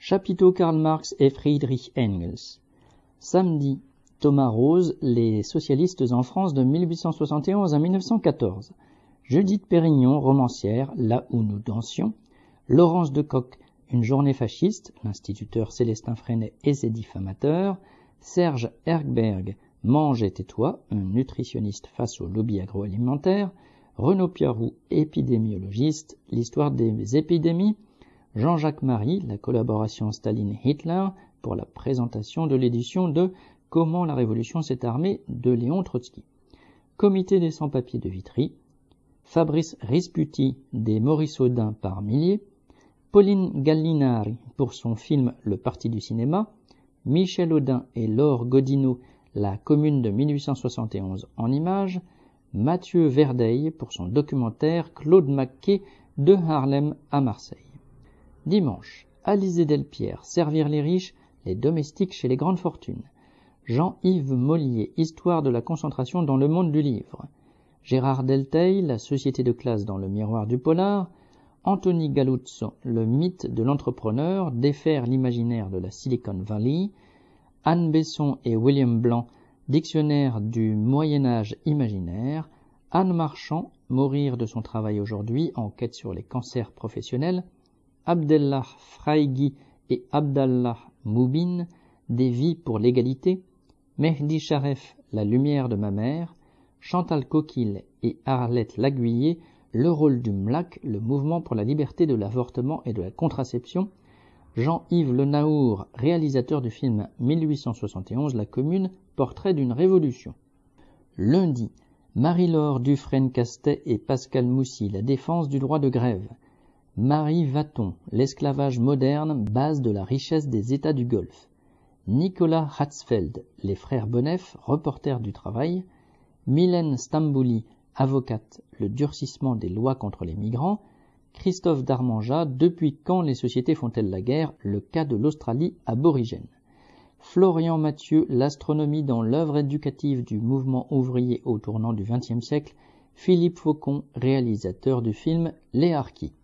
Chapiteau Karl Marx et Friedrich Engels. Samedi, Thomas Rose, Les socialistes en France de 1871 à 1914. Judith Pérignon, romancière, Là où nous dansions. Laurence de Coq, Une journée fasciste, l'instituteur Célestin Freinet et ses diffamateurs. Serge Ergberg, Mange et tais-toi, un nutritionniste face au lobby agroalimentaire. Renaud Piarou, épidémiologiste, l'histoire des épidémies. Jean-Jacques Marie, la collaboration Staline-Hitler, pour la présentation de l'édition de Comment la Révolution s'est armée de Léon Trotsky. Comité des sans-papiers de Vitry. Fabrice Risputi, des Maurice Audin par milliers. Pauline Gallinari, pour son film Le Parti du cinéma. Michel Audin et Laure Godineau, La Commune de 1871 en images. Mathieu Verdeil, pour son documentaire Claude McKay de Harlem à Marseille. Dimanche, Alizé Delpierre, Servir les riches, les domestiques chez les grandes fortunes. Jean-Yves Mollier, Histoire de la concentration dans le monde du livre. Gérard Delteil, La société de classe dans le miroir du polar. Anthony Galuzzo, Le mythe de l'entrepreneur, défaire l'imaginaire de la Silicon Valley. Anne Besson et William Blanc, Dictionnaire du Moyen-Âge imaginaire. Anne Marchand, Mourir de son travail aujourd'hui, enquête sur les cancers professionnels. Abdellah Fraïgui et Abdallah Moubine, Des vies pour l'égalité. Mehdi Charef, La lumière de ma mère. Chantal Coquille et Arlette Laguiller, Le rôle du MLAC, le mouvement pour la liberté de l'avortement et de la contraception. Jean-Yves Le Naour, réalisateur du film 1871, La Commune, portrait d'une révolution. Lundi, Marie-Laure Dufresne-Castet et Pascal Moussy, La défense du droit de grève. Marie Vaton, L'esclavage moderne, base de la richesse des États du Golfe. Nicolas Hatzfeld, Les frères Bonnef, reporters du travail. Mylène Stambouli, avocate, Le durcissement des lois contre les migrants. Christophe Darmanjat, Depuis quand les sociétés font-elles la guerre, le cas de l'Australie aborigène. Florian Mathieu, L'astronomie dans l'œuvre éducative du mouvement ouvrier au tournant du XXe siècle. Philippe Faucon, réalisateur du film Les Harkis.